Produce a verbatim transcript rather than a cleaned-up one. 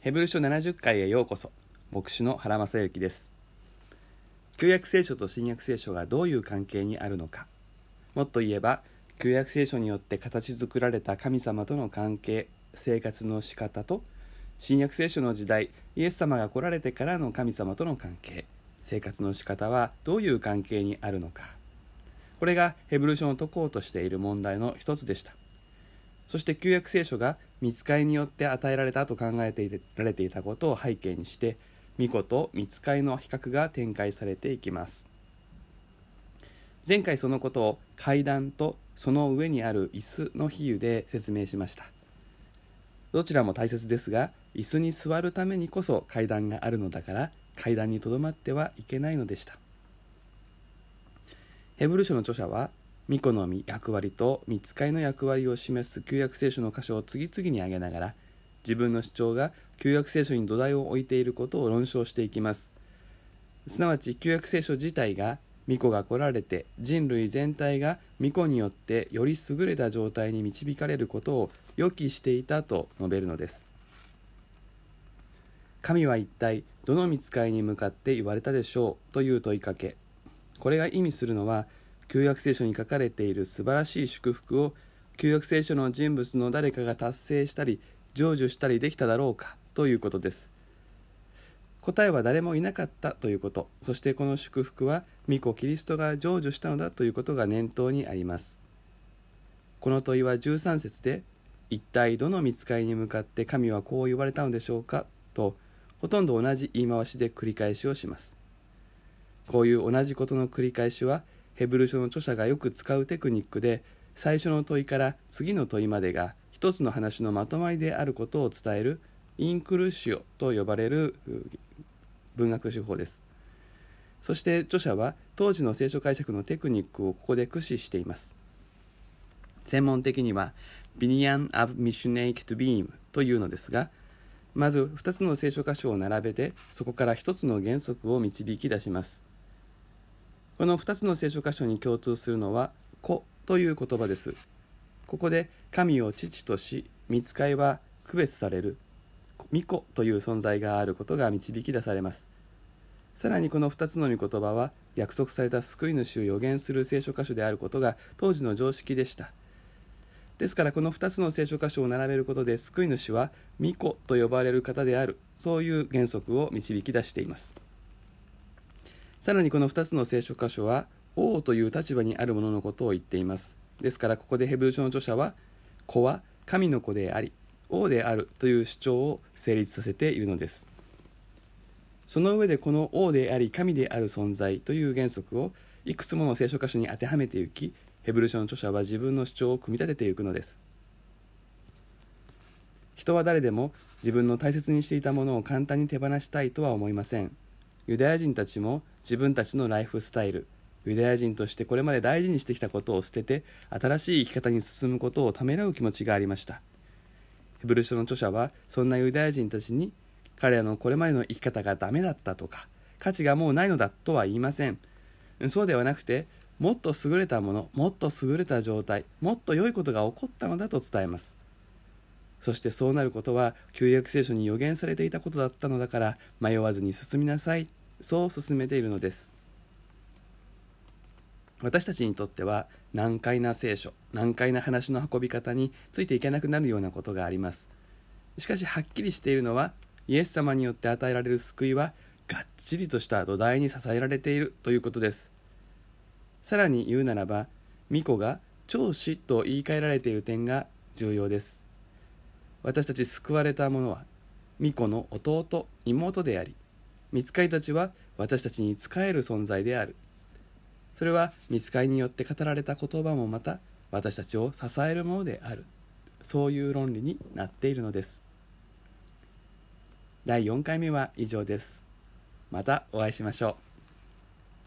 ヘブル書ななじゅっかいへようこそ。牧師の原正幸です。旧約聖書と新約聖書がどういう関係にあるのか、もっと言えば旧約聖書によって形作られた神様との関係、生活の仕方と、新約聖書の時代、イエス様が来られてからの神様との関係、生活の仕方はどういう関係にあるのか、これがヘブル書の解こうとしている問題の一つでした。そして旧約聖書が御使いによって与えられたと考えてられていたことを背景にして、御子と御使いの比較が展開されていきます。前回そのことを階段とその上にある椅子の比喩で説明しました。どちらも大切ですが、椅子に座るためにこそ階段があるのだから、階段にとどまってはいけないのでした。ヘブル書の著者は、御子の役割と御使いの役割を示す旧約聖書の箇所を次々に挙げながら、自分の主張が旧約聖書に土台を置いていることを論証していきます。すなわち旧約聖書自体が御子が来られて、人類全体が御子によってより優れた状態に導かれることを予期していたと述べるのです。神は一体どの御使いに向かって言われたでしょうという問いかけ、これが意味するのは、旧約聖書に書かれている素晴らしい祝福を旧約聖書の人物の誰かが達成したり成就したりできただろうかということです。答えは誰もいなかったということ、そしてこの祝福は御子キリストが成就したのだということが念頭にあります。この問いはじゅうさん節で、一体どの御使いに向かって神はこう言われたのでしょうかと、ほとんど同じ言い回しで繰り返しをします。こういう同じことの繰り返しはヘブル書の著者がよく使うテクニックで、最初の問いから次の問いまでが一つの話のまとまりであることを伝えるインクルーシオと呼ばれる文学手法です。そして著者は当時の聖書解釈のテクニックをここで駆使しています。専門的にはビニアン・アブ・ミシュネイク・トゥ・ビームというのですが、まずふたつの聖書箇所を並べて、そこからひとつの原則を導き出します。このふたつの聖書箇所に共通するのは子という言葉です。ここで神を父とし、御使いは区別される御子という存在があることが導き出されます。さらにこのふたつの御言葉は約束された救い主を予言する聖書箇所であることが当時の常識でした。ですからこのふたつの聖書箇所を並べることで、救い主は御子と呼ばれる方である、そういう原則を導き出しています。さらにこのふたつの聖書箇所は王という立場にある者のことを言っています。ですからここでヘブル書の著者は、子は神の子であり王であるという主張を成立させているのです。その上でこの王であり神である存在という原則をいくつもの聖書箇所に当てはめていき、ヘブル書の著者は自分の主張を組み立てていくのです。人は誰でも自分の大切にしていたものを簡単に手放したいとは思いません。ユダヤ人たちも自分たちのライフスタイル、ユダヤ人としてこれまで大事にしてきたことを捨てて、新しい生き方に進むことをためらう気持ちがありました。ヘブル書の著者はそんなユダヤ人たちに、彼らのこれまでの生き方がダメだったとか、価値がもうないのだとは言いません。そうではなくて、もっと優れたもの、もっと優れた状態、もっと良いことが起こったのだと伝えます。そしてそうなることは旧約聖書に予言されていたことだったのだから、迷わずに進みなさい、そう進めているのです。私たちにとっては難解な聖書、難解な話の運び方についていけなくなるようなことがあります。しかしはっきりしているのは、イエス様によって与えられる救いはがっちりとした土台に支えられているということです。さらに言うならば、御子が長子と言い換えられている点が重要です。私たち救われた者は御子の弟、妹であり、御使いたちは私たちに仕える存在である。それは御使いによって語られた言葉もまた私たちを支えるものである、そういう論理になっているのです。だいよんかいめは以上です。またお会いしましょう。